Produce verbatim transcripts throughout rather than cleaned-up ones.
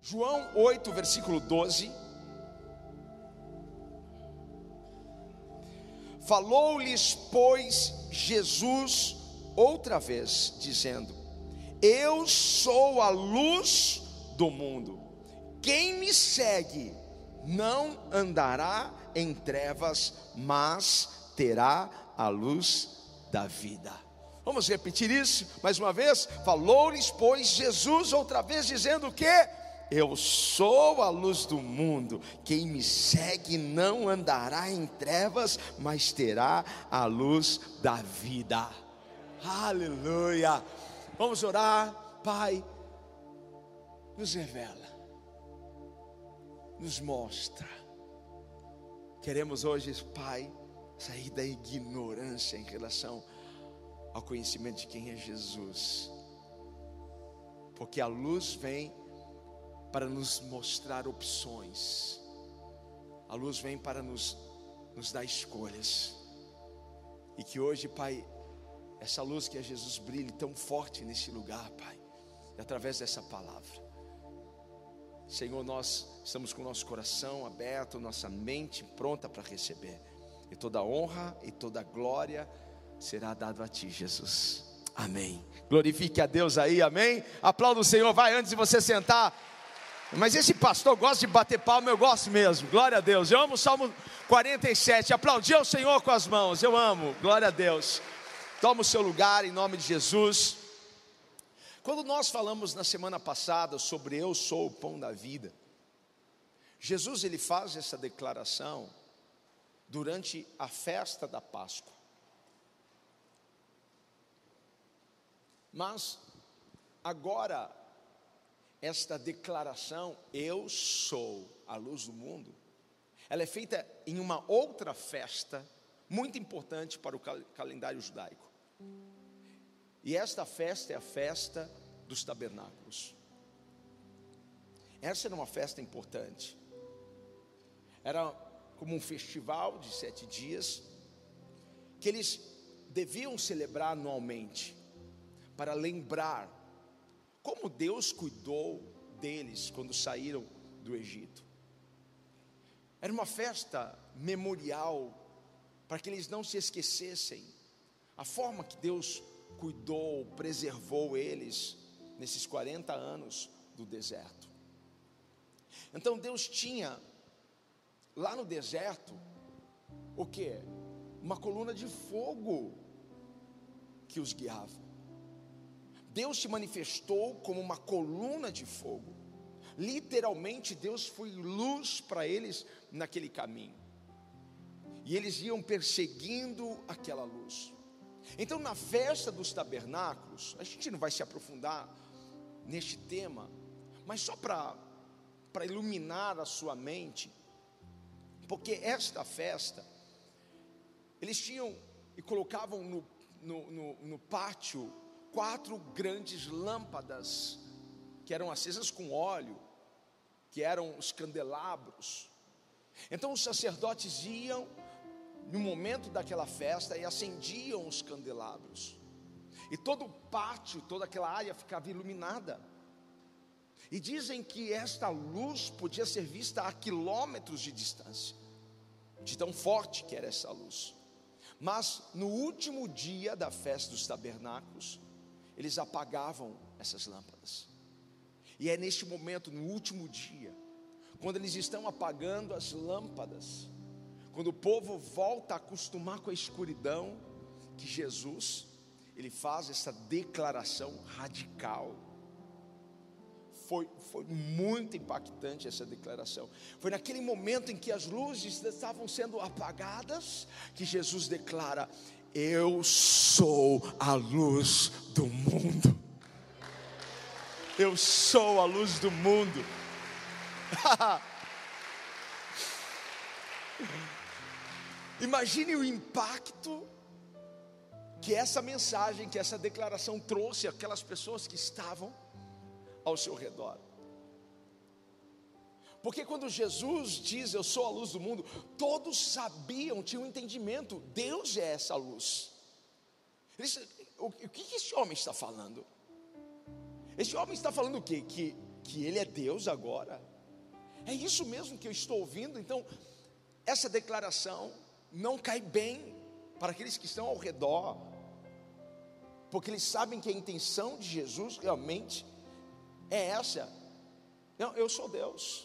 João oito, versículo doze. Falou-lhes, pois, Jesus outra vez, dizendo: eu sou a luz do mundo. Quem me segue não andará em trevas, mas terá a luz da vida. Vamos repetir isso mais uma vez? Falou-lhes, pois, Jesus outra vez, dizendo o quê? Eu sou a luz do mundo. Quem me segue não andará em trevas, mas terá a luz da vida. Aleluia. Vamos orar. Pai, nos revela, nos mostra. Queremos hoje, Pai, sair da ignorância em relação ao conhecimento de quem é Jesus, porque a luz vem para nos mostrar opções, a luz vem para nos, nos dar escolhas, e que hoje, Pai, essa luz que é Jesus brilhe tão forte nesse lugar, Pai, e através dessa palavra. Senhor, nós estamos com o nosso coração aberto, nossa mente pronta para receber, e toda honra e toda glória será dado a Ti, Jesus. Amém. Glorifique a Deus aí, amém. Aplauda o Senhor, vai, antes de você sentar. Mas esse pastor gosta de bater palma, eu gosto mesmo. Glória a Deus. Eu amo o Salmo quarenta e sete. Aplaudir ao Senhor com as mãos. Eu amo. Glória a Deus. Toma o seu lugar em nome de Jesus. Quando nós falamos na semana passada sobre eu sou o pão da vida, Jesus ele faz essa declaração durante a festa da Páscoa. Mas agora esta declaração, eu sou a luz do mundo, ela é feita em uma outra festa muito importante para o calendário judaico. E esta festa é a festa dos tabernáculos. Essa era uma festa importante. Era como um festival de sete dias que eles deviam celebrar anualmente, para lembrar como Deus cuidou deles quando saíram do Egito. Era uma festa memorial, para que eles não se esquecessem a forma que Deus cuidou, preservou eles nesses quarenta anos do deserto. Então Deus tinha lá no deserto o que? Uma coluna de fogo que os guiava. Deus se manifestou como uma coluna de fogo. Literalmente Deus foi luz para eles naquele caminho, e eles iam perseguindo aquela luz. Então na festa dos tabernáculos, a gente não vai se aprofundar neste tema, mas só para para iluminar a sua mente, porque esta festa, eles tinham e colocavam no, no, no, no pátio quatro grandes lâmpadas que eram acesas com óleo, que eram os candelabros. Então os sacerdotes iam no momento daquela festa e acendiam os candelabros, e todo o pátio, toda aquela área ficava iluminada. E dizem que esta luz podia ser vista a quilômetros de distância, de tão forte que era essa luz. Mas no último dia da festa dos tabernáculos, eles apagavam essas lâmpadas. E é neste momento, no último dia, quando eles estão apagando as lâmpadas, quando o povo volta a acostumar com a escuridão, que Jesus, ele faz essa declaração radical. Foi, foi muito impactante essa declaração. Foi naquele momento em que as luzes estavam sendo apagadas, que Jesus declara: eu sou a luz do mundo. Eu sou a luz do mundo. Imagine o impacto que essa mensagem, que essa declaração trouxe àquelas pessoas que estavam ao seu redor. Porque quando Jesus diz eu sou a luz do mundo, todos sabiam, tinham um entendimento, Deus é essa luz. Eles, o, o que esse homem está falando? Esse homem está falando o quê? Que que Ele é Deus agora? É isso mesmo que eu estou ouvindo? Então, essa declaração não cai bem para aqueles que estão ao redor, porque eles sabem que a intenção de Jesus realmente é essa. Não, eu sou Deus.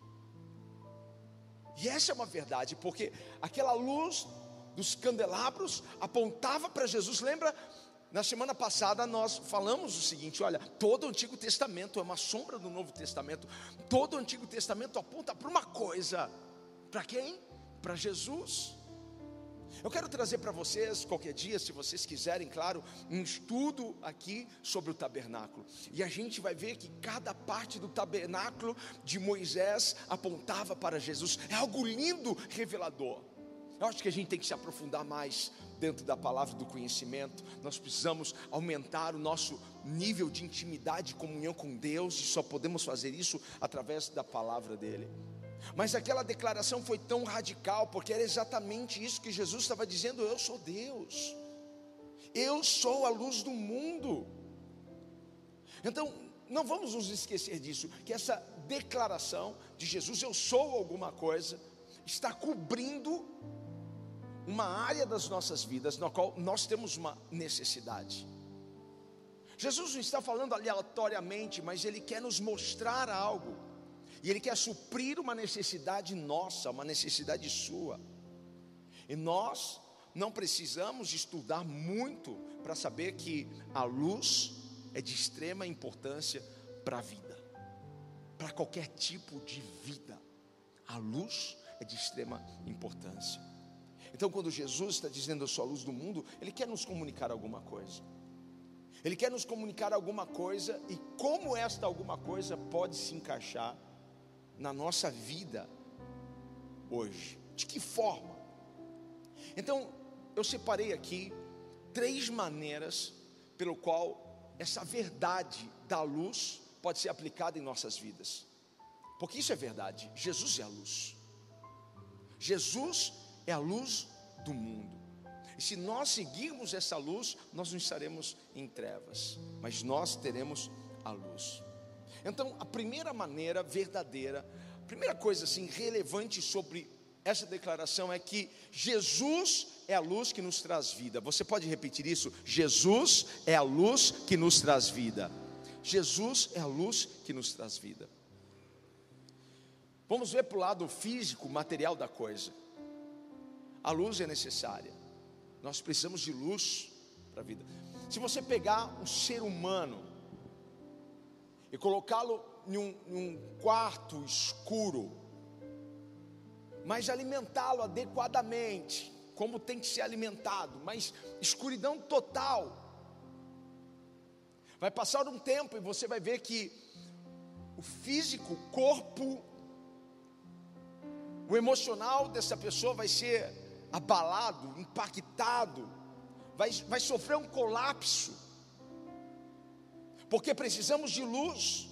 E essa é uma verdade, porque aquela luz dos candelabros apontava para Jesus. Lembra? Na semana passada nós falamos o seguinte: olha, todo o Antigo Testamento é uma sombra do Novo Testamento. Todo o Antigo Testamento aponta para uma coisa. Para quem? Para Jesus. Eu quero trazer para vocês, qualquer dia, se vocês quiserem, claro, um estudo aqui sobre o tabernáculo. E a gente vai ver que cada parte do tabernáculo de Moisés apontava para Jesus. É algo lindo, revelador. Eu acho que a gente tem que se aprofundar mais dentro da palavra do conhecimento. Nós precisamos aumentar o nosso nível de intimidade e comunhão com Deus, e só podemos fazer isso através da palavra dele. Mas aquela declaração foi tão radical, porque era exatamente isso que Jesus estava dizendo: eu sou Deus, eu sou a luz do mundo. Então não vamos nos esquecer disso, que essa declaração de Jesus, eu sou alguma coisa, está cobrindo uma área das nossas vidas na qual nós temos uma necessidade. Jesus não está falando aleatoriamente, mas Ele quer nos mostrar algo, e Ele quer suprir uma necessidade nossa, uma necessidade sua. E nós não precisamos estudar muito para saber que a luz é de extrema importância para a vida, para qualquer tipo de vida. A luz é de extrema importância. Então, quando Jesus está dizendo eu sou a luz do mundo, Ele quer nos comunicar alguma coisa. Ele quer nos comunicar alguma coisa, e como esta alguma coisa pode se encaixar na nossa vida hoje. De que forma? Então, eu separei aqui três maneiras pelo qual essa verdade da luz pode ser aplicada em nossas vidas. Porque isso é verdade. Jesus é a luz. Jesus é a luz do mundo. E se nós seguirmos essa luz, nós não estaremos em trevas, mas nós teremos a luz. Então, a primeira maneira verdadeira, a primeira coisa assim relevante sobre essa declaração é que Jesus é a luz que nos traz vida. Você pode repetir isso? Jesus é a luz que nos traz vida. Jesus é a luz que nos traz vida. Vamos ver para o lado físico, material da coisa. A luz é necessária. Nós precisamos de luz para a vida. Se você pegar um ser humano e colocá-lo em um, em um quarto escuro, mas alimentá-lo adequadamente, como tem que ser alimentado, mas escuridão total, vai passar um tempo e você vai ver que o físico, o corpo, o emocional dessa pessoa vai ser abalado, impactado, vai, vai sofrer um colapso, porque precisamos de luz.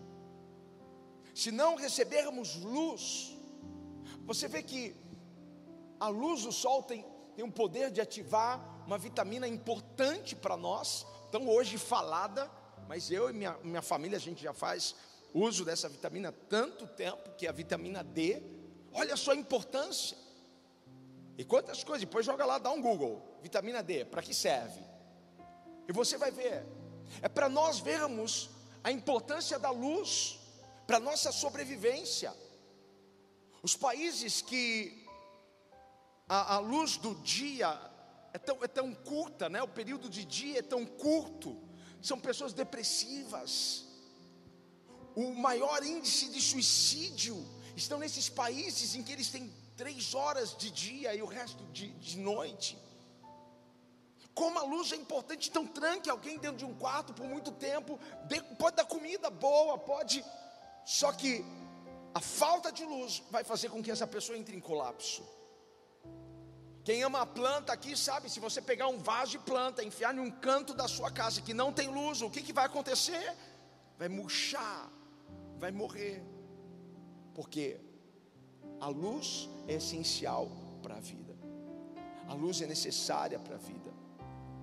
Se não recebermos luz, você vê que a luz do sol tem, tem um poder de ativar uma vitamina importante para nós, tão hoje falada, mas eu e minha, minha família, a gente já faz uso dessa vitamina há tanto tempo, que é a vitamina D. Olha só a importância. E quantas coisas, depois joga lá, dá um Google, vitamina D, para que serve? E você vai ver, é para nós vermos a importância da luz, para nossa sobrevivência. Os países que a, a luz do dia é tão, é tão curta, né? O período de dia é tão curto, são pessoas depressivas. O maior índice de suicídio estão nesses países em que eles têm três horas de dia e o resto de, de noite. Como a luz é importante, então tranque alguém dentro de um quarto por muito tempo, dê, pode dar comida boa, pode, só que a falta de luz vai fazer com que essa pessoa entre em colapso. Quem ama a planta aqui sabe, se você pegar um vaso de planta, enfiar em um canto da sua casa que não tem luz, o que, que vai acontecer? Vai murchar, vai morrer, porque a luz é essencial para a vida. A luz é necessária para a vida.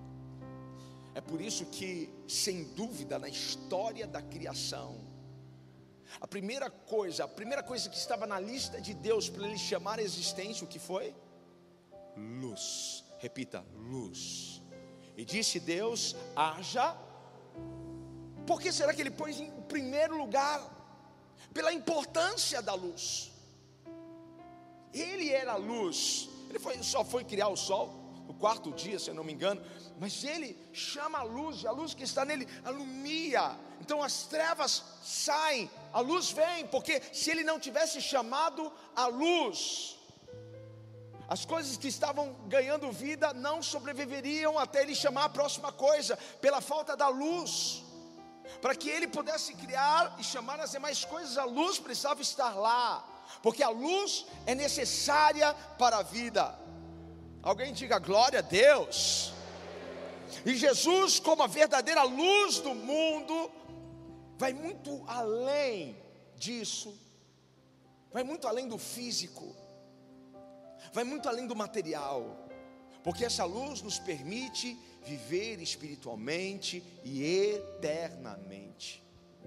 É por isso que, sem dúvida, na história da criação, A primeira coisa, a primeira coisa que estava na lista de Deus para ele chamar a existência, o que foi? Luz. Repita, luz. E disse Deus, haja. Por que será que ele pôs em primeiro lugar? Pela importância da luz. Ele era a luz. Ele foi, só foi criar o sol no quarto dia, se eu não me engano. Mas ele chama a luz, e a luz que está nele alumia. Então as trevas saem, a luz vem. Porque se ele não tivesse chamado a luz, as coisas que estavam ganhando vida não sobreviveriam até ele chamar a próxima coisa, pela falta da luz. Para que ele pudesse criar e chamar as demais coisas, a luz precisava estar lá. Porque a luz é necessária para a vida. Alguém diga glória a Deus. E Jesus, como a verdadeira luz do mundo, vai muito além disso. Vai muito além do físico. Vai muito além do material. Porque essa luz nos permite viver espiritualmente e eternamente.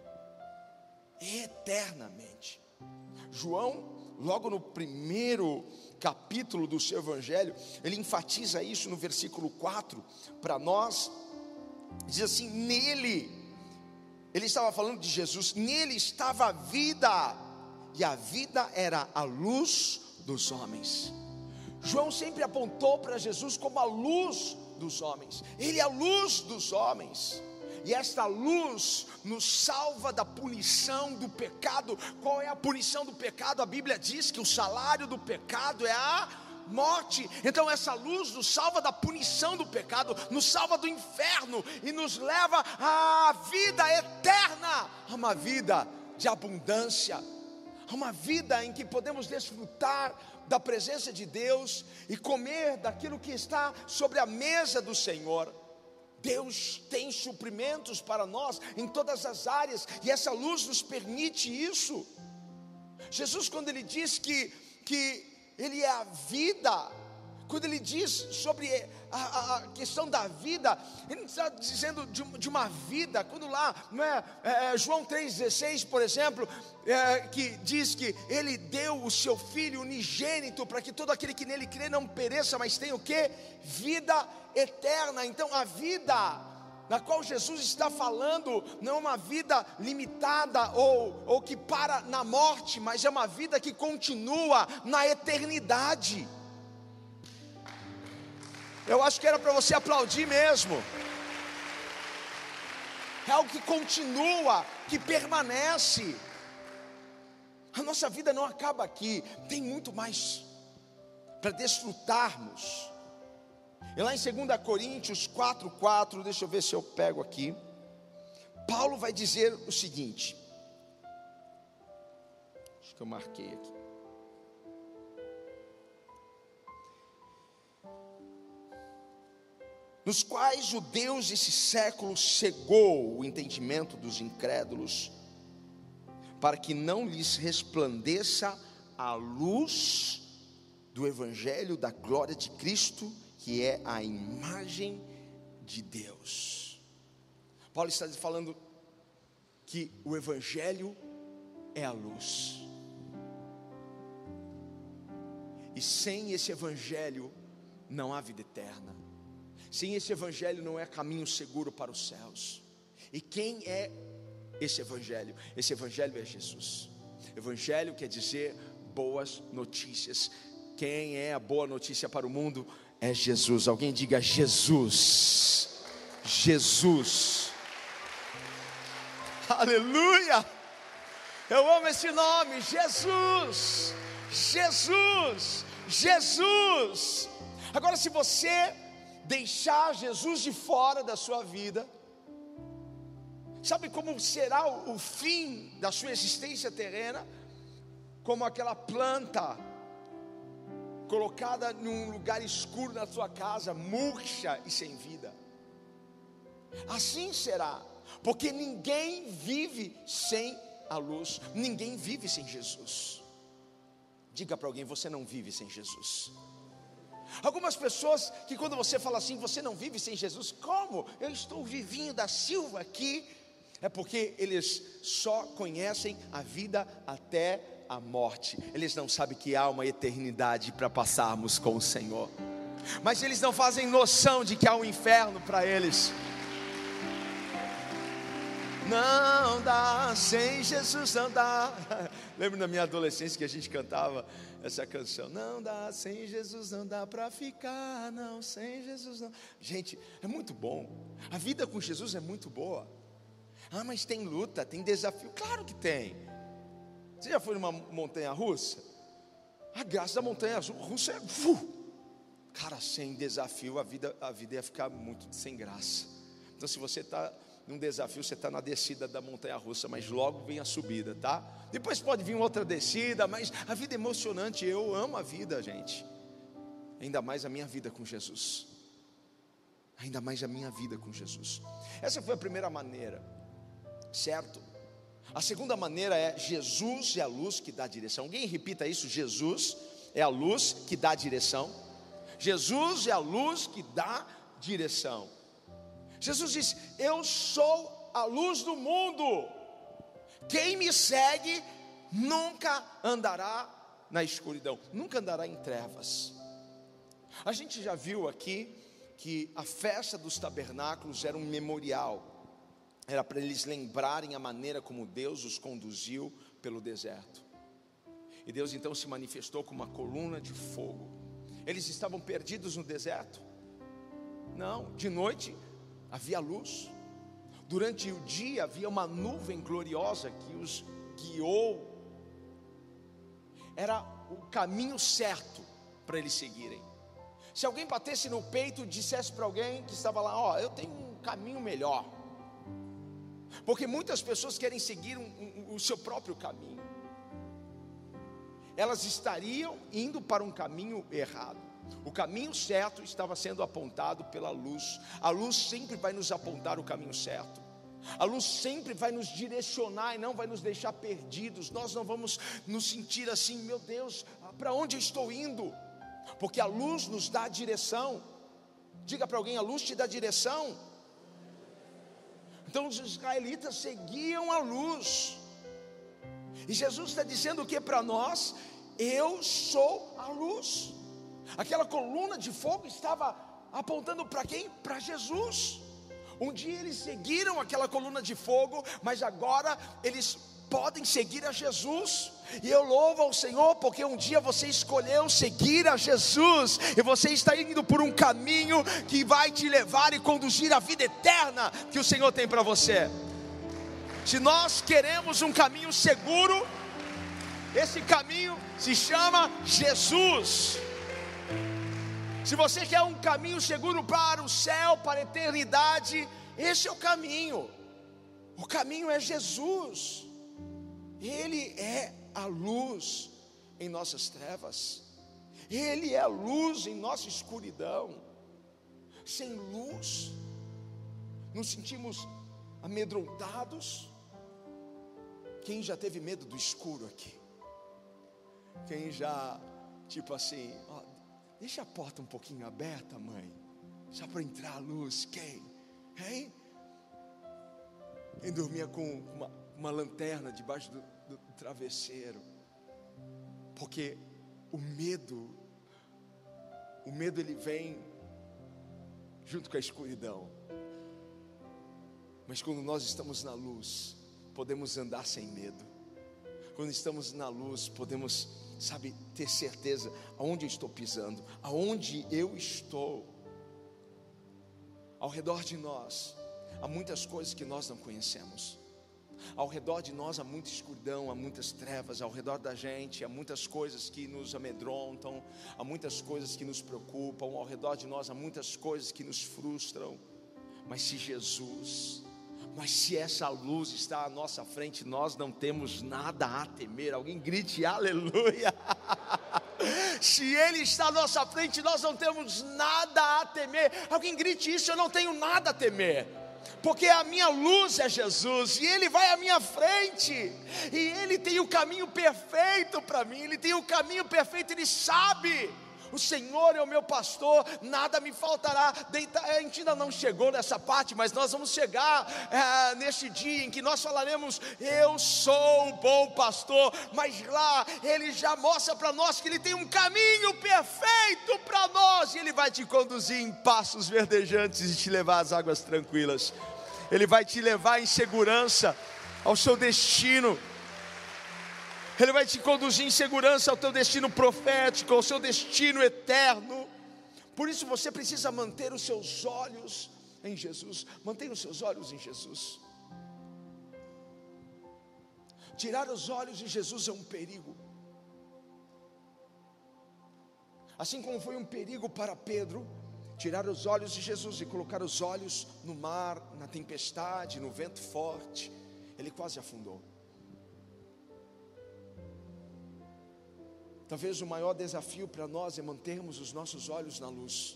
Eternamente. João, logo no primeiro capítulo do seu evangelho, ele enfatiza isso no versículo quatro para nós. Diz assim: nele, ele estava falando de Jesus, nele estava a vida, e a vida era a luz dos homens. João sempre apontou para Jesus como a luz dos homens. Ele é a luz dos homens. E esta luz nos salva da punição do pecado. Qual é a punição do pecado? A Bíblia diz que o salário do pecado é a morte. Então essa luz nos salva da punição do pecado, nos salva do inferno e nos leva à vida eterna, a uma vida de abundância, a uma vida em que podemos desfrutar da presença de Deus e comer daquilo que está sobre a mesa do Senhor. Deus tem suprimentos para nós em todas as áreas, e essa luz nos permite isso. Jesus, quando ele diz que, que ele é a vida, quando ele diz sobre a, a questão da vida, ele não está dizendo de, de uma vida. Quando lá, não é, é, João três dezesseis, por exemplo, é, que diz que ele deu o seu Filho unigênito, para que todo aquele que nele crê não pereça, mas tenha o quê? Vida eterna. Então a vida na qual Jesus está falando não é uma vida limitada ou, ou que para na morte, mas é uma vida que continua na eternidade. Eu acho que era para você aplaudir mesmo. É algo que continua, que permanece. A nossa vida não acaba aqui, tem muito mais para desfrutarmos. E lá em dois Coríntios quatro, quatro, deixa eu ver se eu pego aqui. Paulo vai dizer o seguinte. Acho que eu marquei aqui. Nos quais o Deus desse século cegou o entendimento dos incrédulos, para que não lhes resplandeça a luz do evangelho da glória de Cristo, que é a imagem de Deus. Paulo está falando que o evangelho é a luz, e sem esse evangelho não há vida eterna. Sem esse evangelho não é caminho seguro para os céus. E quem é esse evangelho? Esse evangelho é Jesus. Evangelho quer dizer boas notícias. Quem é a boa notícia para o mundo? É Jesus. Alguém diga Jesus. Jesus. Aleluia. Eu amo esse nome, Jesus. Jesus. Jesus. Agora, se você deixar Jesus de fora da sua vida, sabe como será o, o fim da sua existência terrena? Como aquela planta colocada num lugar escuro na sua casa, murcha e sem vida. Assim será, porque ninguém vive sem a luz, ninguém vive sem Jesus. Diga para alguém: você não vive sem Jesus. Algumas pessoas que quando você fala assim, você não vive sem Jesus, como? Eu estou Vivinho da Silva aqui, É porque eles só conhecem a vida até a morte. Eles não sabem que há uma eternidade para passarmos com o Senhor. Mas eles não fazem noção de que há um inferno para eles. Não dá, sem Jesus não dá. Lembro na minha adolescência que a gente cantava essa canção. Não dá, sem Jesus não dá para ficar. Não, sem Jesus não. Gente, é muito bom. A vida com Jesus é muito boa. Ah, mas tem luta, tem desafio. Claro que tem. Você já foi numa montanha russa? A graça da montanha russa é... Uh, cara, sem desafio a vida, a vida ia ficar muito sem graça. Então se você está num desafio, você está na descida da montanha russa, mas logo vem a subida, tá? Depois pode vir outra descida, mas a vida é emocionante. Eu amo a vida, gente. Ainda mais a minha vida com Jesus. Ainda mais a minha vida com Jesus. Essa foi a primeira maneira, certo? A segunda maneira é: Jesus é a luz que dá direção. Alguém repita isso: Jesus é a luz que dá direção. Jesus é a luz que dá direção. Jesus disse: eu sou a luz do mundo. Quem me segue nunca andará na escuridão, nunca andará em trevas. A gente já viu aqui que a festa dos tabernáculos era um memorial. Era para eles lembrarem a maneira como Deus os conduziu pelo deserto. E Deus então se manifestou com uma coluna de fogo. Eles estavam perdidos no deserto? Não, de noite havia luz. Durante o dia havia uma nuvem gloriosa que os guiou. Era o caminho certo para eles seguirem. Se alguém batesse no peito e dissesse para alguém que estava lá: ó, eu tenho um caminho melhor. Porque muitas pessoas querem seguir um, um, o seu próprio caminho. Elas estariam indo para um caminho errado. O caminho certo estava sendo apontado pela luz. A luz sempre vai nos apontar o caminho certo. A luz sempre vai nos direcionar e não vai nos deixar perdidos. Nós não vamos nos sentir assim: meu Deus, para onde eu estou indo? Porque a luz nos dá direção. Diga para alguém: a luz te dá direção. Então os israelitas seguiam a luz. E Jesus está dizendo o que para nós? Eu sou a luz. Aquela coluna de fogo estava apontando para quem? Para Jesus. Um dia eles seguiram aquela coluna de fogo, mas agora eles podem seguir a Jesus. E eu louvo ao Senhor, porque um dia você escolheu seguir a Jesus, e você está indo por um caminho que vai te levar e conduzir à vida eterna que o Senhor tem para você. Se nós queremos um caminho seguro, esse caminho se chama Jesus. Se você quer um caminho seguro para o céu, para a eternidade, esse é o caminho. O caminho é Jesus. Ele é a luz em nossas trevas. Ele é a luz em nossa escuridão. Sem luz, nos sentimos amedrontados. Quem já teve medo do escuro aqui? Quem já, tipo assim, ó, deixa a porta um pouquinho aberta, mãe, só para entrar a luz. Quem? Hein? Quem dormia com uma, uma lanterna debaixo do, do, do travesseiro? Porque o medo, o medo ele vem junto com a escuridão. Mas quando nós estamos na luz, podemos andar sem medo. Quando estamos na luz, podemos, sabe, ter certeza aonde eu estou pisando, aonde eu estou. Ao redor de nós há muitas coisas que nós não conhecemos. Ao redor de nós há muita escuridão, há muitas trevas. Ao redor da gente há muitas coisas que nos amedrontam, há muitas coisas que nos preocupam. Ao redor de nós há muitas coisas que nos frustram. Mas se Jesus, mas se essa luz está à nossa frente, nós não temos nada a temer. Alguém grite aleluia. Se Ele está à nossa frente, nós não temos nada a temer. Alguém grite isso: eu não tenho nada a temer, porque a minha luz é Jesus, e Ele vai à minha frente, e Ele tem o caminho perfeito para mim. Ele tem o caminho perfeito, Ele sabe O Senhor é o meu pastor, nada me faltará. Deita, a gente ainda não chegou nessa parte, mas nós vamos chegar é, neste dia em que nós falaremos: eu sou o bom pastor. Mas lá Ele já mostra para nós que Ele tem um caminho perfeito para nós, e Ele vai te conduzir em passos verdejantes e te levar às águas tranquilas. Ele vai te levar em segurança ao seu destino. Ele vai te conduzir em segurança ao teu destino profético, ao seu destino eterno. Por isso você precisa manter os seus olhos em Jesus. Mantenha os seus olhos em Jesus. Tirar os olhos de Jesus é um perigo. Assim como foi um perigo para Pedro tirar os olhos de Jesus e colocar os olhos no mar, na tempestade, no vento forte, ele quase afundou. Talvez o maior desafio para nós é mantermos os nossos olhos na luz,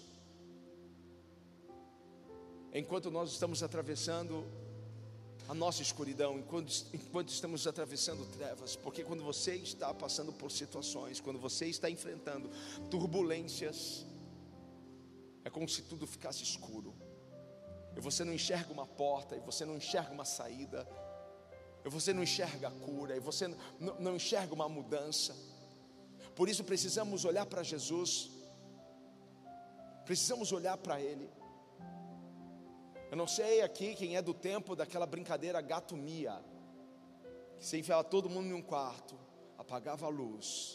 enquanto nós estamos atravessando a nossa escuridão, enquanto, enquanto estamos atravessando trevas. Porque quando você está passando por situações, quando você está enfrentando turbulências, é como se tudo ficasse escuro, e você não enxerga uma porta, e você não enxerga uma saída, e você não enxerga a cura, e você não, não enxerga uma mudança. Por isso precisamos olhar para Jesus, precisamos olhar para Ele. Eu não sei aqui quem é do tempo daquela brincadeira gato mia, que você enfiava todo mundo em um quarto, apagava a luz.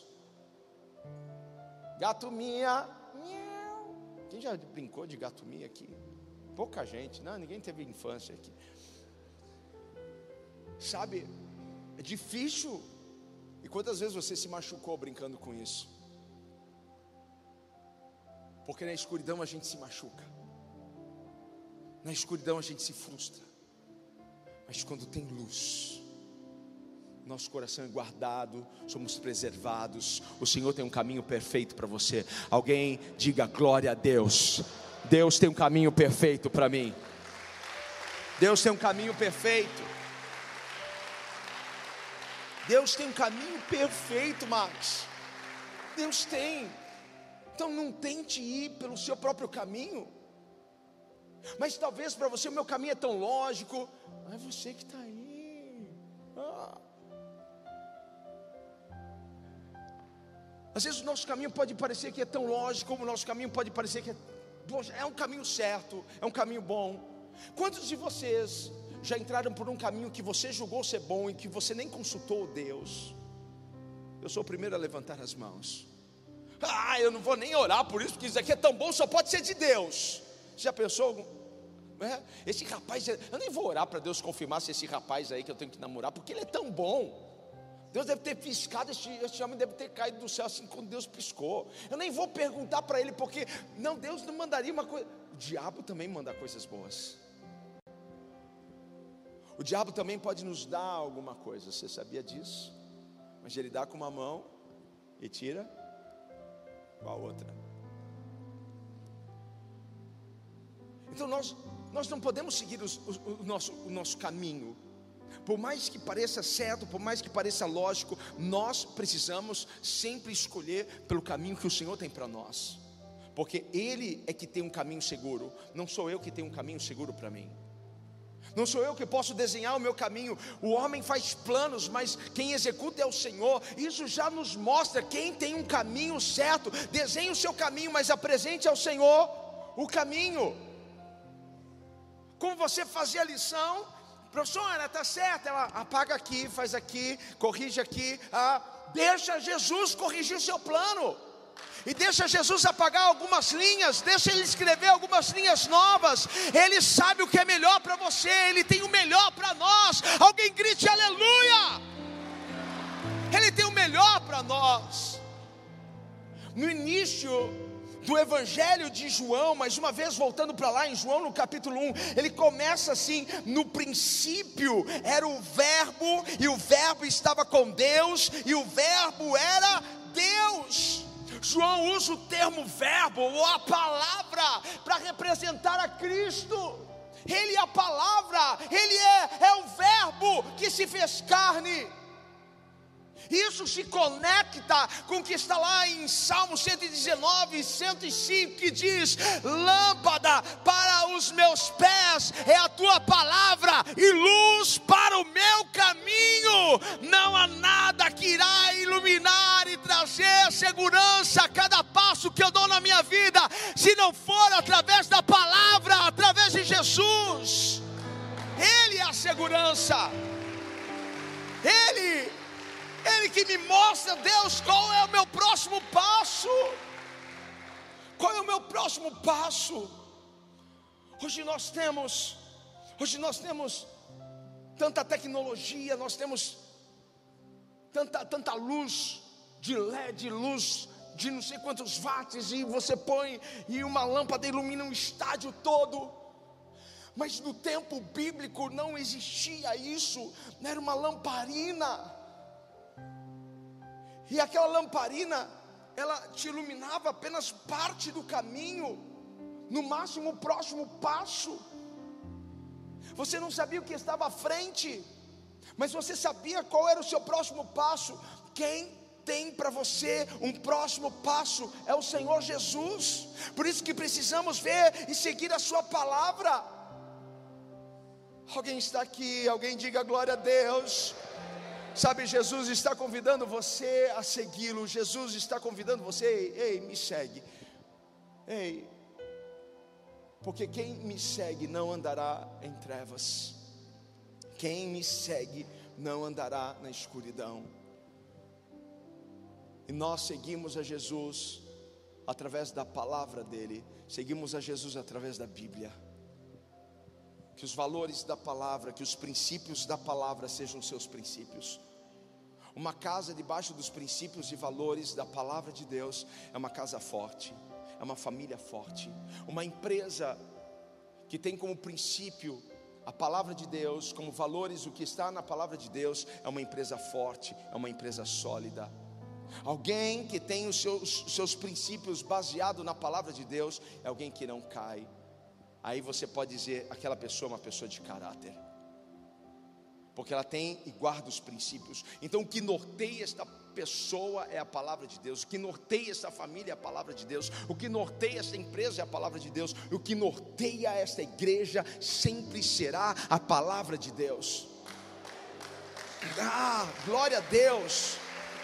Gato mia, miau. Quem já brincou de gato mia aqui? Pouca gente, não, ninguém teve infância aqui. Sabe, é difícil. E quantas vezes você se machucou brincando com isso? Porque na escuridão a gente se machuca, na escuridão a gente se frustra. Mas quando tem luz, nosso coração é guardado, somos preservados. O Senhor tem um caminho perfeito para você. Alguém diga glória a Deus. Deus tem um caminho perfeito para mim. Deus tem um caminho perfeito. Deus tem um caminho perfeito, Max. Deus tem. Então não tente ir pelo seu próprio caminho. Mas talvez para você o meu caminho é tão lógico. Ah, é você que está aí. Ah. Às vezes o nosso caminho pode parecer que é tão lógico, como o nosso caminho pode parecer que é, poxa, é um caminho certo, é um caminho bom. Quantos de vocês já entraram por um caminho que você julgou ser bom e que você nem consultou Deus? Eu sou o primeiro a levantar as mãos. Ah, eu não vou nem orar por isso, porque isso aqui é tão bom, só pode ser de Deus. Você já pensou? É, esse rapaz, eu nem vou orar para Deus confirmar se esse rapaz aí que eu tenho que namorar, porque ele é tão bom. Deus deve ter piscado, esse, esse homem deve ter caído do céu assim quando Deus piscou. Eu nem vou perguntar para ele, porque não, Deus não mandaria uma coisa. O diabo também manda coisas boas. O diabo também pode nos dar alguma coisa, você sabia disso? Mas ele dá com uma mão e tira com a outra. Então nós, nós não podemos seguir os, o, o, nosso, o nosso caminho. Por mais que pareça certo, por mais que pareça lógico, nós precisamos sempre escolher pelo caminho que o Senhor tem para nós. Porque Ele é que tem um caminho seguro, não sou eu que tenho um caminho seguro para mim. Não sou eu que posso desenhar o meu caminho. O homem faz planos, mas quem executa é o Senhor. Isso já nos mostra quem tem um caminho certo. Desenhe o seu caminho, mas apresente ao Senhor o caminho. Como você fazer a lição, professora, está certo, ela apaga aqui, faz aqui, corrige aqui, ah, deixa Jesus corrigir o seu plano. E deixa Jesus apagar algumas linhas, deixa Ele escrever algumas linhas novas. Ele sabe o que é melhor para você, Ele tem o melhor para nós. Alguém grite aleluia! Ele tem o melhor para nós. No início do Evangelho de João, mais uma vez voltando para lá em João no capítulo um, ele começa assim: no princípio era o verbo, e o verbo estava com Deus, e o verbo era Deus. João usa o termo verbo, ou a palavra, para representar a Cristo. Ele é a palavra, Ele é, é o verbo que se fez carne. Isso se conecta com o que está lá em Salmo cento e dezenove, cento e cinco, que diz: lâmpada para os meus pés é a tua palavra e luz para o meu caminho. Não há nada que irá iluminar e trazer segurança a cada passo que eu dou na minha vida, se não for através da palavra, através de Jesus. Ele é a segurança. Ele Ele que me mostra, Deus, qual é o meu próximo passo. Qual é o meu próximo passo? Hoje nós temos, hoje nós temos tanta tecnologia, nós temos tanta, tanta luz de L E D, luz de não sei quantos watts, e você põe, e uma lâmpada ilumina um estádio todo. Mas no tempo bíblico não existia isso, era uma lamparina. E aquela lamparina, ela te iluminava apenas parte do caminho, no máximo o próximo passo. Você não sabia o que estava à frente, mas você sabia qual era o seu próximo passo. Quem tem para você um próximo passo é o Senhor Jesus. Por isso que precisamos ver e seguir a sua palavra. Alguém está aqui, alguém diga glória a Deus. Sabe, Jesus está convidando você a segui-lo. Jesus está convidando você, ei, ei, me segue. Ei, porque quem me segue não andará em trevas. Quem me segue não andará na escuridão. E nós seguimos a Jesus através da palavra dele. Seguimos a Jesus através da Bíblia. Que os valores da palavra, que os princípios da palavra sejam seus princípios. Uma casa debaixo dos princípios e valores da palavra de Deus é uma casa forte, é uma família forte. Uma empresa que tem como princípio a palavra de Deus, como valores o que está na palavra de Deus, é uma empresa forte, é uma empresa sólida. Alguém que tem os seus, seus princípios baseados na palavra de Deus é alguém que não cai. Aí você pode dizer, aquela pessoa é uma pessoa de caráter, porque ela tem e guarda os princípios. Então o que norteia esta pessoa é a palavra de Deus. O que norteia esta família é a palavra de Deus. O que norteia esta empresa é a palavra de Deus. O que norteia esta igreja sempre será a palavra de Deus. Ah, glória a Deus.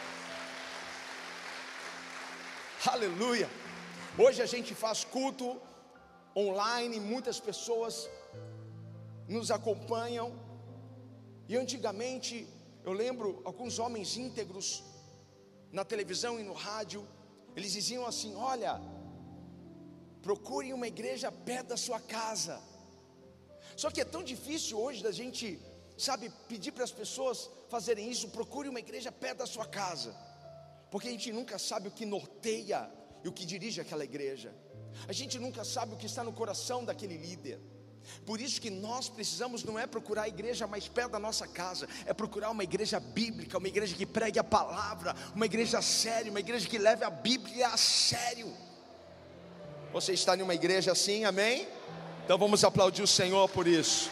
Aleluia. Hoje a gente faz culto online, muitas pessoas nos acompanham. E antigamente, eu lembro alguns homens íntegros na televisão e no rádio, eles diziam assim: olha, procurem uma igreja perto da sua casa. Só que é tão difícil hoje da gente, sabe, pedir para as pessoas fazerem isso. Procure uma igreja perto da sua casa, porque a gente nunca sabe o que norteia e o que dirige aquela igreja. A gente nunca sabe o que está no coração daquele líder. Por isso que nós precisamos não é procurar a igreja mais perto da nossa casa, é procurar uma igreja bíblica, uma igreja que pregue a palavra, uma igreja séria, uma igreja que leve a Bíblia a sério. Você está em uma igreja assim, amém? Então vamos aplaudir o Senhor por isso.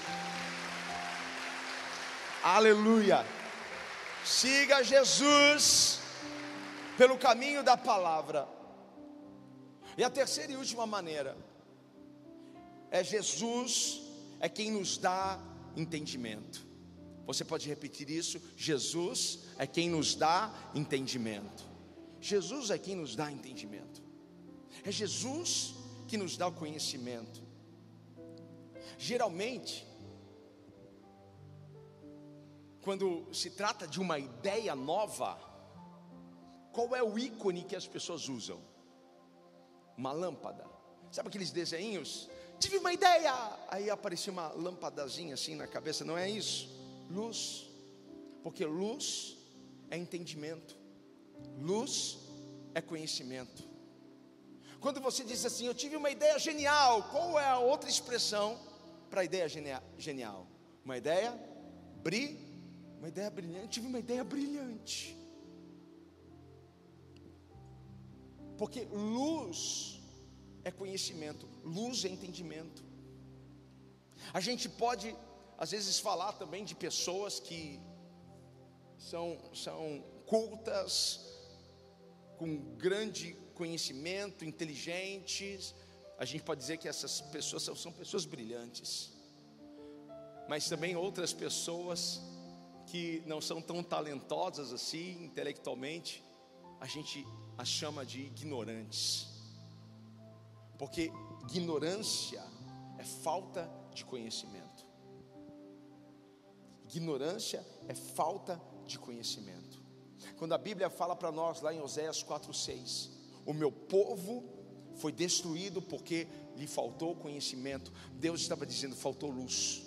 Aleluia. Siga Jesus pelo caminho da palavra. E a terceira e última maneira é Jesus é quem nos dá entendimento. Você pode repetir isso? Jesus é quem nos dá entendimento. Jesus é quem nos dá entendimento. É Jesus que nos dá o conhecimento. Geralmente, quando se trata de uma ideia nova, qual é o ícone que as pessoas usam? Uma lâmpada. Sabe aqueles desenhos? Tive uma ideia, aí aparecia uma lâmpadazinha assim na cabeça. Não é isso? Luz. Porque luz é entendimento, luz é conhecimento. Quando você diz assim, eu tive uma ideia genial, qual é a outra expressão para a ideia genial? Uma ideia bri, uma ideia brilhante. Tive uma ideia brilhante. Porque luz é conhecimento, luz é entendimento. A gente pode às vezes falar também de pessoas que são, são cultas, com grande conhecimento, inteligentes. A gente pode dizer que essas pessoas são, são pessoas brilhantes. Mas também outras pessoas que não são tão talentosas assim, intelectualmente, a gente as chama de ignorantes. Porque ignorância é falta de conhecimento. Ignorância é falta de conhecimento. Quando a Bíblia fala para nós lá em Oséias quatro, seis, o meu povo foi destruído porque lhe faltou conhecimento. Deus estava dizendo, faltou luz.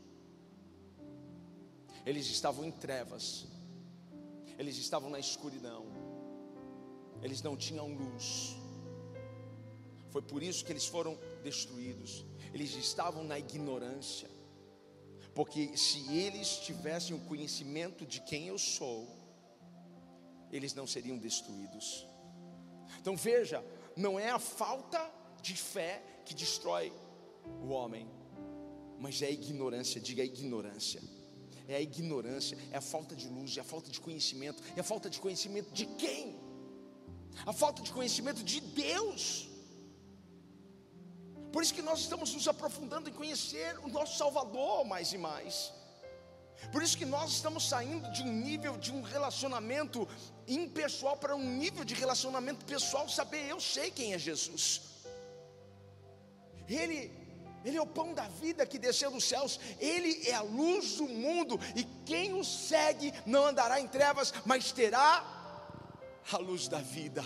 Eles estavam em trevas, eles estavam na escuridão, eles não tinham luz. Foi por isso que eles foram destruídos. Eles estavam na ignorância. Porque se eles tivessem o conhecimento de quem eu sou, eles não seriam destruídos. Então veja, não é a falta de fé que destrói o homem, mas é a ignorância. Diga a ignorância. É a ignorância, é a falta de luz, é a falta de conhecimento. É a falta de conhecimento de quem? A falta de conhecimento de Deus. Por isso que nós estamos nos aprofundando em conhecer o nosso Salvador mais e mais. Por isso que nós estamos saindo de um nível de um relacionamento impessoal para um nível de relacionamento pessoal. Saber, eu sei quem é Jesus. Ele, Ele é o pão da vida que desceu dos céus. Ele é a luz do mundo. E quem o segue não andará em trevas, mas terá a luz da vida.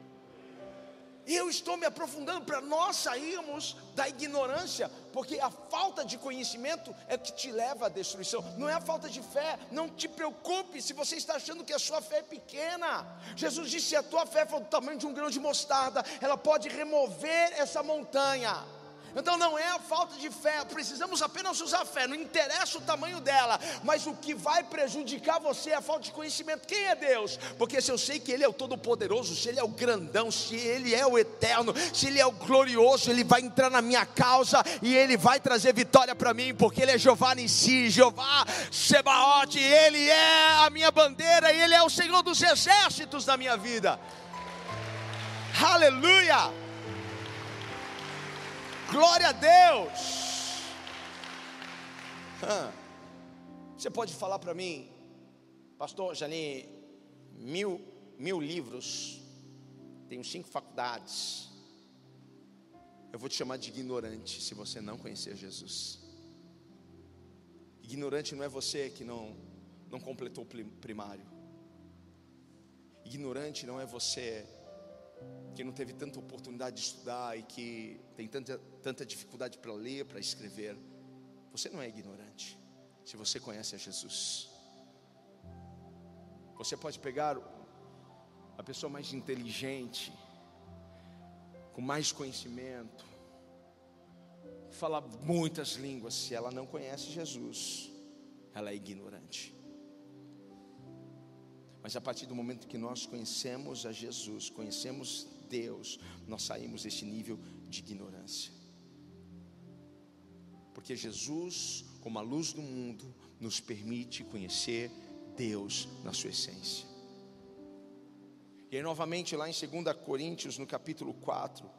Eu estou me aprofundando para nós sairmos da ignorância, porque a falta de conhecimento é que te leva à destruição. Não é a falta de fé. Não te preocupe se você está achando que a sua fé é pequena. Jesus disse, se a tua fé for do tamanho de um grão de mostarda, ela pode remover essa montanha. Então não é a falta de fé, precisamos apenas usar fé, não interessa o tamanho dela, mas o que vai prejudicar você é a falta de conhecimento. Quem é Deus? Porque se eu sei que Ele é o Todo-Poderoso, se Ele é o grandão, se Ele é o eterno, se Ele é o glorioso, Ele vai entrar na minha causa e Ele vai trazer vitória para mim, porque Ele é Jeová Nissi, Jeová Sebaote, Ele é a minha bandeira, Ele é o Senhor dos exércitos da minha vida. Aleluia! Glória a Deus. ah, Você pode falar para mim, pastor, já li mil, mil livros, tenho cinco faculdades. Eu vou te chamar de ignorante se você não conhecer Jesus. Ignorante não é você que não, não completou o primário. Ignorante não é você que não teve tanta oportunidade de estudar e que tem tanta, tanta dificuldade para ler, para escrever. Você não é ignorante se você conhece a Jesus. Você pode pegar a pessoa mais inteligente, com mais conhecimento, fala muitas línguas, se ela não conhece Jesus, ela é ignorante. Mas a partir do momento que nós conhecemos a Jesus, conhecemos Deus, nós saímos desse nível de ignorância. Porque Jesus, como a luz do mundo, nos permite conhecer Deus na sua essência. E aí novamente lá em dois Coríntios, no capítulo quatro,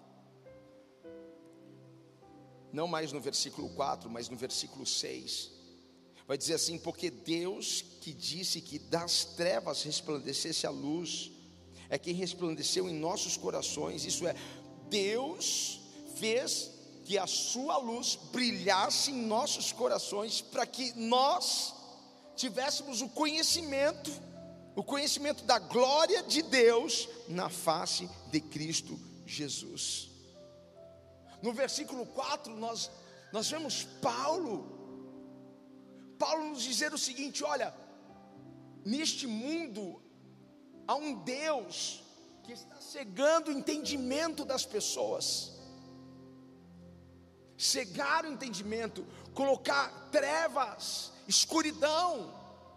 não mais no versículo quatro, mas no versículo seis, vai dizer assim: porque Deus que disse que das trevas resplandecesse a luz, é quem resplandeceu em nossos corações. Isso é, Deus fez que a sua luz brilhasse em nossos corações, para que nós tivéssemos o conhecimento, o conhecimento da glória de Deus na face de Cristo Jesus. No versículo quatro nós, nós vemos Paulo Paulo nos dizer o seguinte: olha, neste mundo há um Deus que está cegando o entendimento das pessoas. Cegar o entendimento, colocar trevas, escuridão.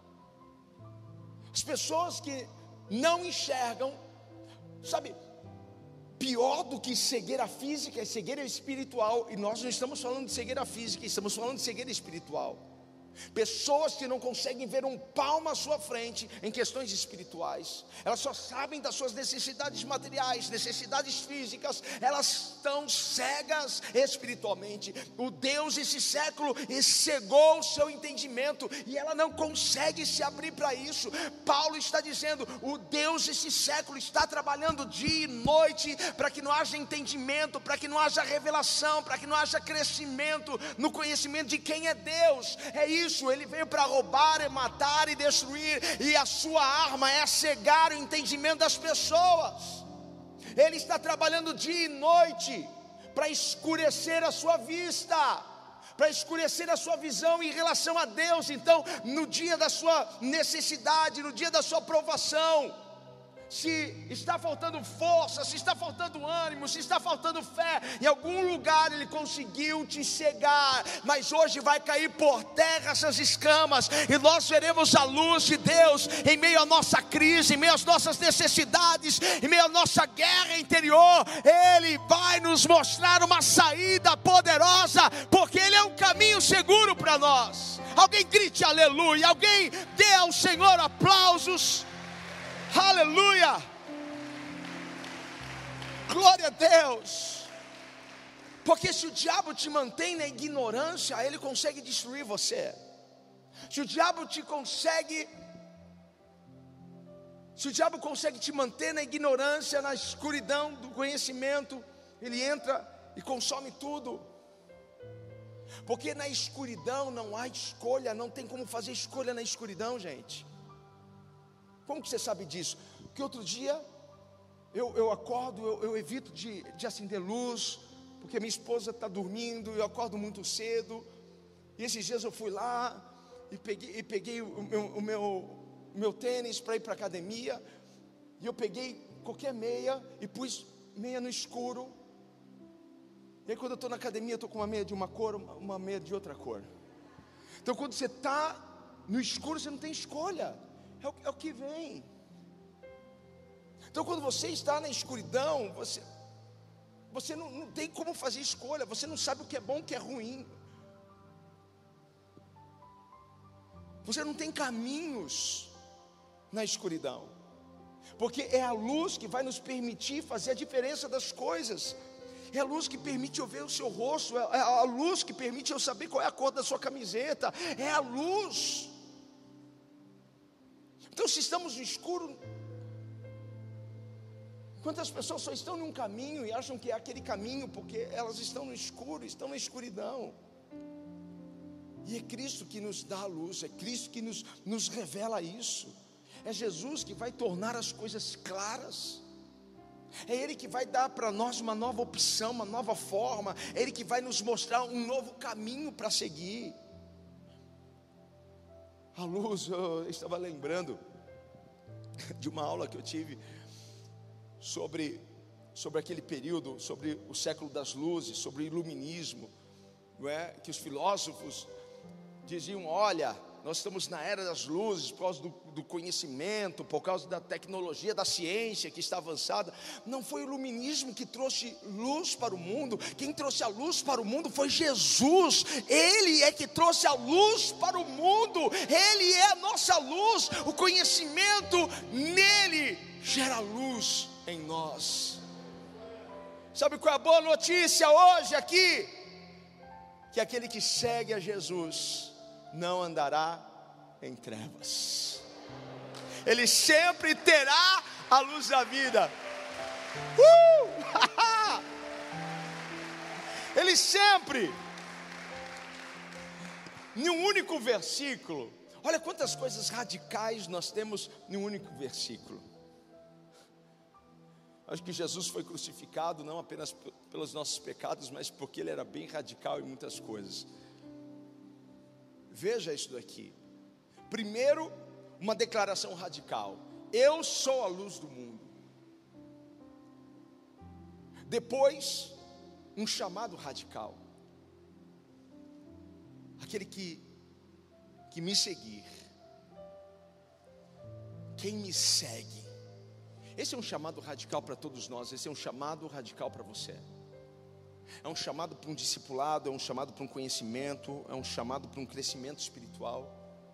As pessoas que não enxergam, sabe, pior do que cegueira física é cegueira espiritual. E nós não estamos falando de cegueira física, estamos falando de cegueira espiritual. Pessoas que não conseguem ver um palmo à sua frente em questões espirituais, elas só sabem das suas necessidades materiais, necessidades físicas, elas estão cegas espiritualmente. O Deus desse século cegou o seu entendimento e ela não consegue se abrir para isso. Paulo está dizendo: o Deus desse século está trabalhando dia e noite para que não haja entendimento, para que não haja revelação, para que não haja crescimento no conhecimento de quem é Deus. É isso. Ele veio para roubar, e matar e destruir, e a sua arma é cegar o entendimento das pessoas. Ele está trabalhando dia e noite para escurecer a sua vista, para escurecer a sua visão em relação a Deus. Então, no dia da sua necessidade, no dia da sua provação, se está faltando força, se está faltando ânimo, se está faltando fé, em algum lugar ele conseguiu te cegar, mas hoje vai cair por terra essas escamas, e nós veremos a luz de Deus em meio à nossa crise, em meio às nossas necessidades, em meio à nossa guerra interior. Ele vai nos mostrar uma saída poderosa, porque Ele é um caminho seguro para nós. Alguém grite aleluia, alguém dê ao Senhor aplausos. Aleluia, glória a Deus. Porque se o diabo te mantém na ignorância, ele consegue destruir você. Se o diabo te consegue Se o diabo consegue te manter na ignorância, na escuridão do conhecimento, ele entra e consome tudo. Porque na escuridão não há escolha, não tem como fazer escolha na escuridão, gente. Como que você sabe disso? Porque outro dia eu, eu acordo, eu, eu evito de, de acender luz, porque minha esposa está dormindo, eu acordo muito cedo. E esses dias eu fui lá e peguei, e peguei o, meu, o, meu, o meu tênis para ir para a academia. E eu peguei qualquer meia e pus meia no escuro. E aí quando eu estou na academia, eu estou com uma meia de uma cor, uma, uma meia de outra cor. Então quando você está no escuro, você não tem escolha. É o, é o que vem. Então quando você está na escuridão, Você, você não, não tem como fazer escolha. Você não sabe o que é bom, o que é ruim. Você não tem caminhos na escuridão. Porque é a luz que vai nos permitir fazer a diferença das coisas. É a luz que permite eu ver o seu rosto. É a luz que permite eu saber qual é a cor da sua camiseta. É a luz. Então se estamos no escuro, quantas pessoas só estão em um caminho e acham que é aquele caminho porque elas estão no escuro, estão na escuridão. E é Cristo que nos dá a luz, é Cristo que nos, nos revela isso. É Jesus que vai tornar as coisas claras. É Ele que vai dar para nós uma nova opção, uma nova forma. É Ele que vai nos mostrar um novo caminho para seguir. A luz, eu estava lembrando de uma aula que eu tive sobre, sobre aquele período, sobre o século das luzes, sobre o iluminismo, não é? Que os filósofos diziam: olha, nós estamos na era das luzes por causa do, do conhecimento, por causa da tecnologia, da ciência que está avançada. Não foi o iluminismo que trouxe luz para o mundo. Quem trouxe a luz para o mundo foi Jesus. Ele é que trouxe a luz para o mundo. Ele é a nossa luz. O conhecimento nele gera luz em nós. Sabe qual é a boa notícia hoje aqui? Que aquele que segue a Jesus não andará em trevas. Ele sempre terá a luz da vida. Uh! Ele sempre. Em um único versículo. Olha quantas coisas radicais nós temos em um único versículo. Acho que Jesus foi crucificado não apenas pelos nossos pecados, mas porque Ele era bem radical em muitas coisas. Veja isso daqui. Primeiro, uma declaração radical: eu sou a luz do mundo. Depois, um chamado radical: aquele que, que me seguir, quem me segue. Esse é um chamado radical para todos nós. Esse é um chamado radical para você. É um chamado para um discipulado, é um chamado para um conhecimento, é um chamado para um crescimento espiritual.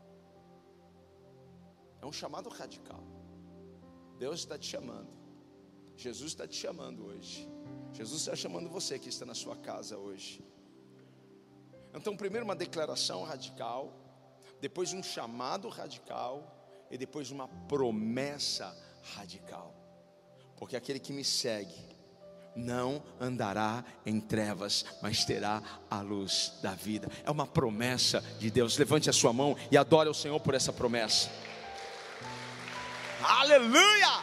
É um chamado radical. Deus está te chamando. Jesus está te chamando hoje. Jesus está chamando você que está na sua casa hoje. Então, primeiro uma declaração radical, depois um chamado radical e depois uma promessa radical. Porque aquele que me segue não andará em trevas, mas terá a luz da vida. É uma promessa de Deus. Levante a sua mão e adore ao Senhor por essa promessa. Aleluia!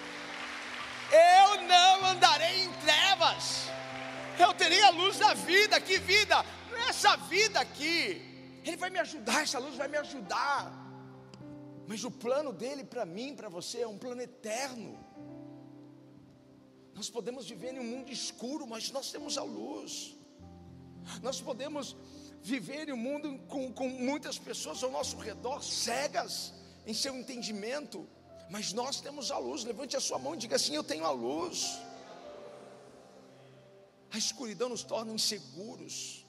Eu não andarei em trevas, eu terei a luz da vida. Que vida? Essa vida aqui, Ele vai me ajudar, essa luz vai me ajudar. Mas o plano dele para mim, para você, é um plano eterno. Nós podemos viver em um mundo escuro, mas nós temos a luz. Nós podemos viver em um mundo com, com muitas pessoas ao nosso redor, cegas em seu entendimento, mas nós temos a luz. Levante a sua mão e diga assim: eu tenho a luz. A escuridão nos torna inseguros.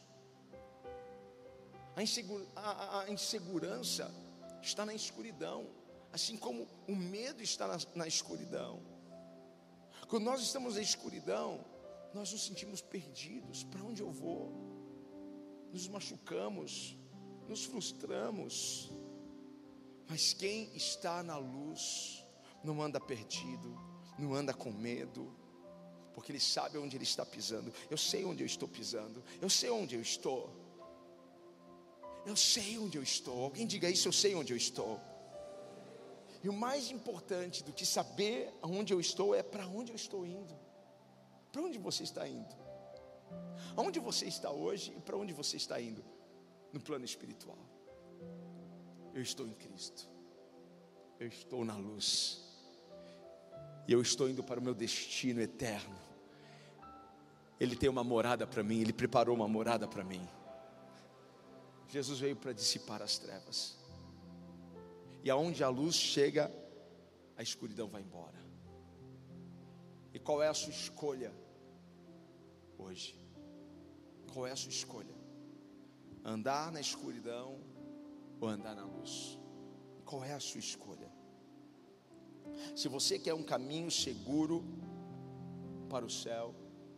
A, insegura, a, a insegurança está na escuridão, assim como o medo está na, na escuridão. Quando nós estamos na escuridão, nós nos sentimos perdidos. Para onde eu vou? Nos machucamos, nos frustramos. Mas quem está na luz não anda perdido, não anda com medo, porque ele sabe onde ele está pisando. Eu sei onde eu estou pisando, eu sei onde eu estou. Eu sei onde eu estou. Alguém diga isso: eu sei onde eu estou. E o mais importante do que saber aonde eu estou é para onde eu estou indo. Para onde você está indo? Aonde você está hoje e para onde você está indo? No plano espiritual. Eu estou em Cristo. Eu estou na luz. E eu estou indo para o meu destino eterno. Ele tem uma morada para mim. Ele preparou uma morada para mim. Jesus veio para dissipar as trevas. E aonde a luz chega, a escuridão vai embora. E qual é a sua escolha hoje? Qual é a sua escolha? Andar na escuridão ou andar na luz? Qual é a sua escolha? Se você quer um caminho seguro para o céu,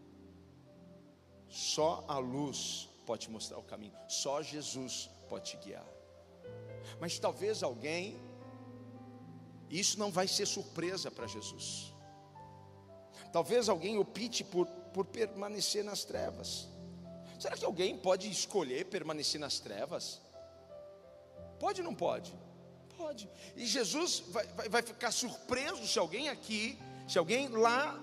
só a luz pode te mostrar o caminho. Só Jesus pode te guiar. Mas talvez alguém, isso não vai ser surpresa para Jesus. Talvez alguém opte por, por permanecer nas trevas. Será que alguém pode escolher permanecer nas trevas? Pode ou não pode? Pode. E Jesus vai, vai, vai ficar surpreso se alguém aqui, se alguém lá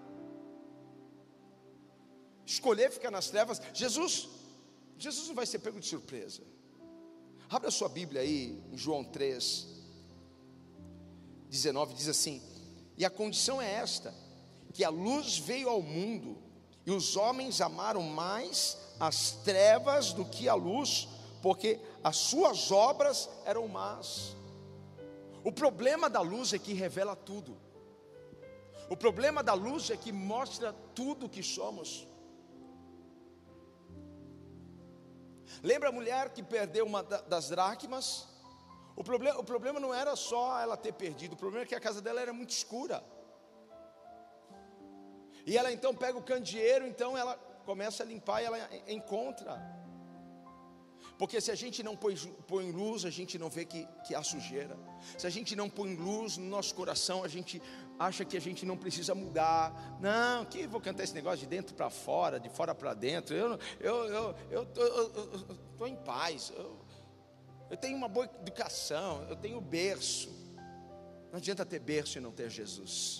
escolher ficar nas trevas. Jesus, Jesus não vai ser pego de surpresa. Abra a sua Bíblia aí em João três, dezenove, diz assim: e a condição é esta, que a luz veio ao mundo, e os homens amaram mais as trevas do que a luz, porque as suas obras eram más. O problema da luz é que revela tudo. O problema da luz é que mostra tudo o que somos. Lembra a mulher que perdeu uma das dracmas? O problema, o problema não era só ela ter perdido, o problema é que a casa dela era muito escura. E ela então pega o candeeiro, então ela começa a limpar e ela encontra. Porque se a gente não põe, põe luz, a gente não vê que, que há sujeira. Se a gente não põe luz no nosso coração, a gente acha que a gente não precisa mudar. Não, que vou cantar esse negócio de dentro para fora, de fora para dentro. Eu eu eu eu tô, eu, eu, tô em paz. Eu, eu tenho uma boa educação, eu tenho berço. Não adianta ter berço e não ter Jesus.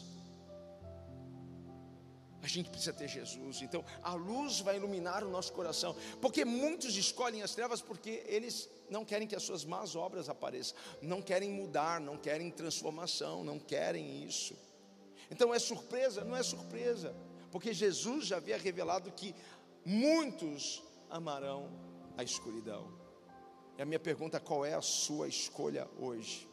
A gente precisa ter Jesus. Então a luz vai iluminar o nosso coração. Porque muitos escolhem as trevas porque eles não querem que as suas más obras apareçam, não querem mudar, não querem transformação, não querem isso. Então é surpresa? Não é surpresa, porque Jesus já havia revelado que muitos amarão a escuridão. E a minha pergunta: qual é a sua escolha hoje?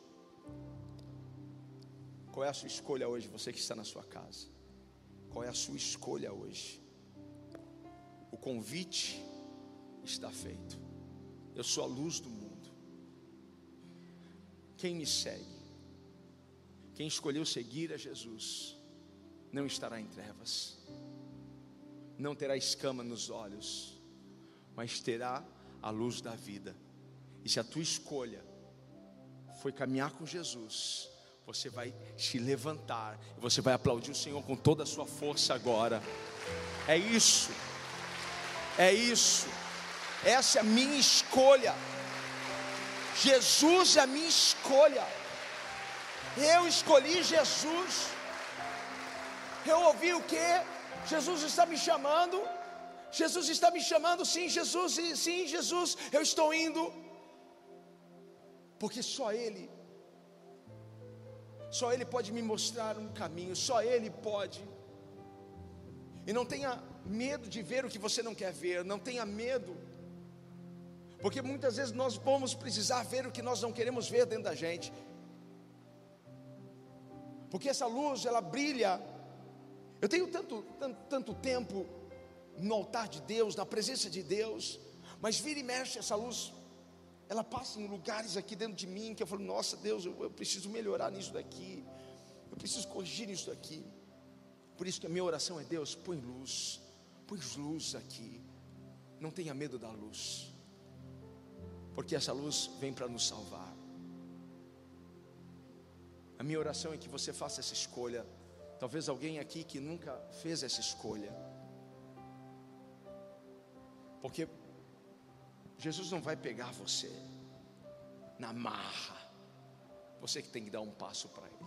Qual é a sua escolha hoje, você que está na sua casa? Qual é a sua escolha hoje? O convite está feito. Eu sou a luz do mundo. Quem me segue, quem escolheu seguir a Jesus, não estará em trevas, não terá escama nos olhos, mas terá a luz da vida. E se a tua escolha foi caminhar com Jesus, você vai se levantar e você vai aplaudir o Senhor com toda a sua força agora. É isso, é isso, essa é a minha escolha. Jesus é a minha escolha. Eu escolhi Jesus. Eu ouvi o que? Jesus está me chamando. Jesus está me chamando, sim, Jesus, sim, Jesus, eu estou indo. Porque só Ele, só Ele pode me mostrar um caminho, só Ele pode. E não tenha medo de ver o que você não quer ver, não tenha medo, porque muitas vezes nós vamos precisar ver o que nós não queremos ver dentro da gente, porque essa luz, ela brilha. Eu tenho tanto, tanto, tanto tempo no altar de Deus, na presença de Deus, mas vira e mexe essa luz, ela passa em lugares aqui dentro de mim, que eu falo, nossa Deus, eu, eu preciso melhorar nisso daqui, eu preciso corrigir nisso daqui. Por isso que a minha oração é: Deus, põe luz, põe luz aqui, não tenha medo da luz, porque essa luz vem para nos salvar. A minha oração é que você faça essa escolha. Talvez alguém aqui que nunca fez essa escolha, porque Jesus não vai pegar você na marra, você que tem que dar um passo para Ele.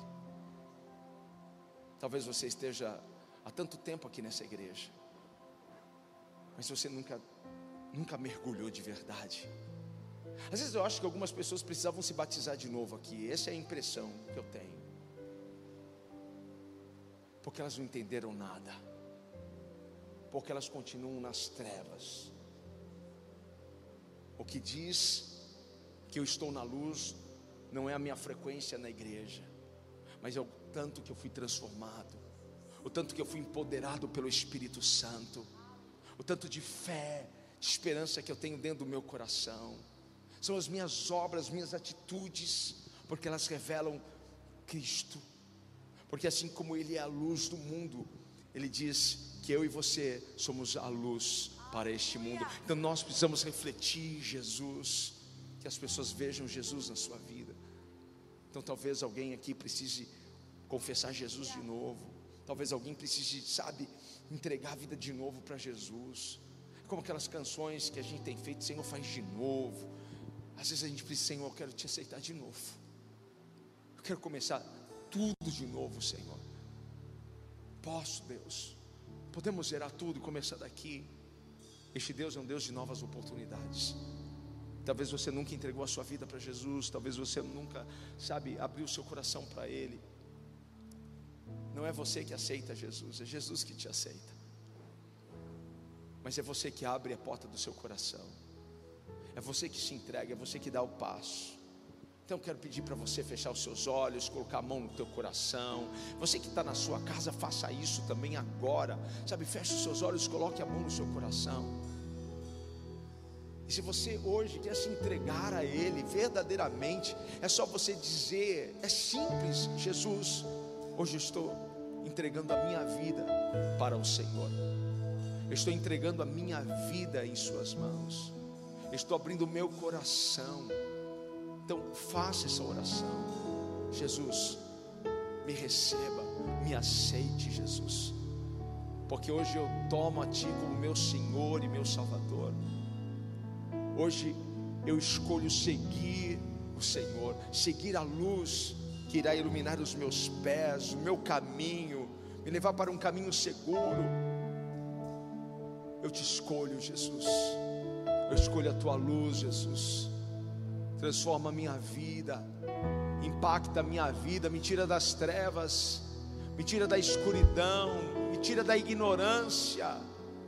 Talvez você esteja há tanto tempo aqui nessa igreja, mas você nunca, nunca mergulhou de verdade. Às vezes eu acho que algumas pessoas precisavam se batizar de novo aqui, essa é a impressão que eu tenho, porque elas não entenderam nada, porque elas continuam nas trevas. O que diz que eu estou na luz não é a minha frequência na igreja, mas é o tanto que eu fui transformado, o tanto que eu fui empoderado pelo Espírito Santo, o tanto de fé, de esperança que eu tenho dentro do meu coração. São as minhas obras, minhas atitudes, porque elas revelam Cristo. Porque assim como Ele é a luz do mundo, Ele diz que eu e você somos a luz para este mundo. Então nós precisamos refletir Jesus, que as pessoas vejam Jesus na sua vida. Então talvez alguém aqui precise confessar Jesus de novo. Talvez alguém precise, sabe, entregar a vida de novo para Jesus. Como aquelas canções que a gente tem feito: Senhor, faz de novo. Às vezes a gente precisa: Senhor, eu quero te aceitar de novo, eu quero começar tudo de novo, Senhor. Posso, Deus? Podemos zerar tudo e começar daqui. Este Deus é um Deus de novas oportunidades. Talvez você nunca entregou a sua vida para Jesus, talvez você nunca, sabe, abriu o seu coração para Ele. Não é você que aceita Jesus, é Jesus que te aceita, mas é você que abre a porta do seu coração, é você que se entrega, é você que dá o passo. Então eu quero pedir para você fechar os seus olhos, colocar a mão no teu coração. Você que está na sua casa, faça isso também agora, sabe, feche os seus olhos, coloque a mão no seu coração. E se você hoje quer se entregar a Ele verdadeiramente, é só você dizer, é simples: Jesus, hoje eu estou entregando a minha vida para o Senhor, eu estou entregando a minha vida em suas mãos, eu estou abrindo o meu coração. Então faça essa oração: Jesus, me receba, me aceite, Jesus, porque hoje eu tomo a Ti como meu Senhor e meu Salvador. Hoje eu escolho seguir o Senhor, seguir a luz que irá iluminar os meus pés, o meu caminho, me levar para um caminho seguro. Eu te escolho, Jesus, eu escolho a Tua luz, Jesus. Transforma a minha vida, impacta a minha vida, me tira das trevas, me tira da escuridão, me tira da ignorância.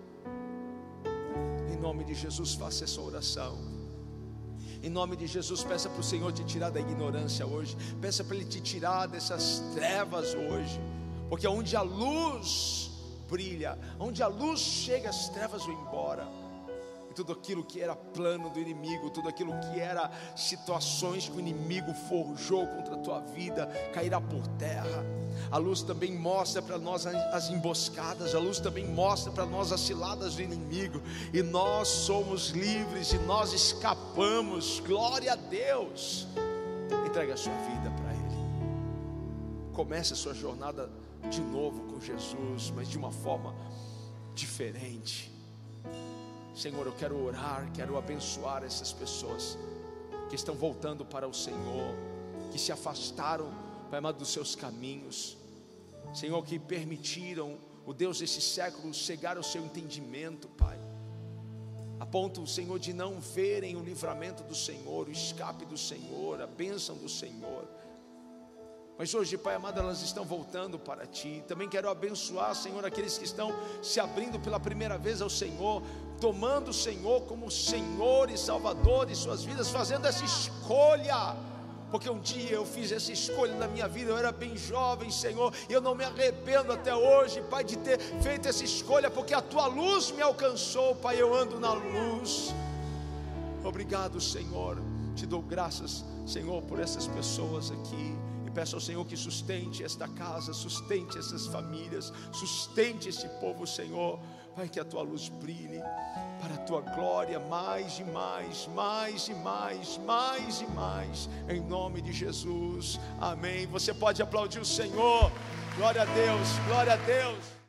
Em nome de Jesus, faça essa oração. Em nome de Jesus, peça para o Senhor te tirar da ignorância hoje, peça para Ele te tirar dessas trevas hoje, porque onde a luz brilha, onde a luz chega, as trevas vão embora. E tudo aquilo que era plano do inimigo, tudo aquilo que era situações que o inimigo forjou contra a tua vida, cairá por terra. A luz também mostra para nós as emboscadas, a luz também mostra para nós as ciladas do inimigo, e nós somos livres, e nós escapamos. Glória a Deus. Entregue a sua vida para Ele. Comece a sua jornada de novo com Jesus, mas de uma forma diferente. Senhor, eu quero orar, quero abençoar essas pessoas que estão voltando para o Senhor, que se afastaram, Pai amado, dos seus caminhos, Senhor, que permitiram o Deus desse século cegar o seu entendimento, Pai, a ponto, Senhor, de não verem o livramento do Senhor, o escape do Senhor, a bênção do Senhor. Mas hoje, Pai amado, elas estão voltando para Ti. Também quero abençoar, Senhor, aqueles que estão se abrindo pela primeira vez ao Senhor, tomando o Senhor como Senhor e Salvador de suas vidas, fazendo essa escolha. Porque um dia eu fiz essa escolha na minha vida, eu era bem jovem, Senhor, e eu não me arrependo até hoje, Pai, de ter feito essa escolha, porque a Tua luz me alcançou, Pai, eu ando na luz. Obrigado, Senhor, te dou graças, Senhor, por essas pessoas aqui, e peço ao Senhor que sustente esta casa, sustente essas famílias, sustente este povo, Senhor, Pai, que a Tua luz brilhe para a Tua glória, mais e mais, mais e mais, mais e mais, em nome de Jesus, amém. Você pode aplaudir o Senhor, glória a Deus, glória a Deus.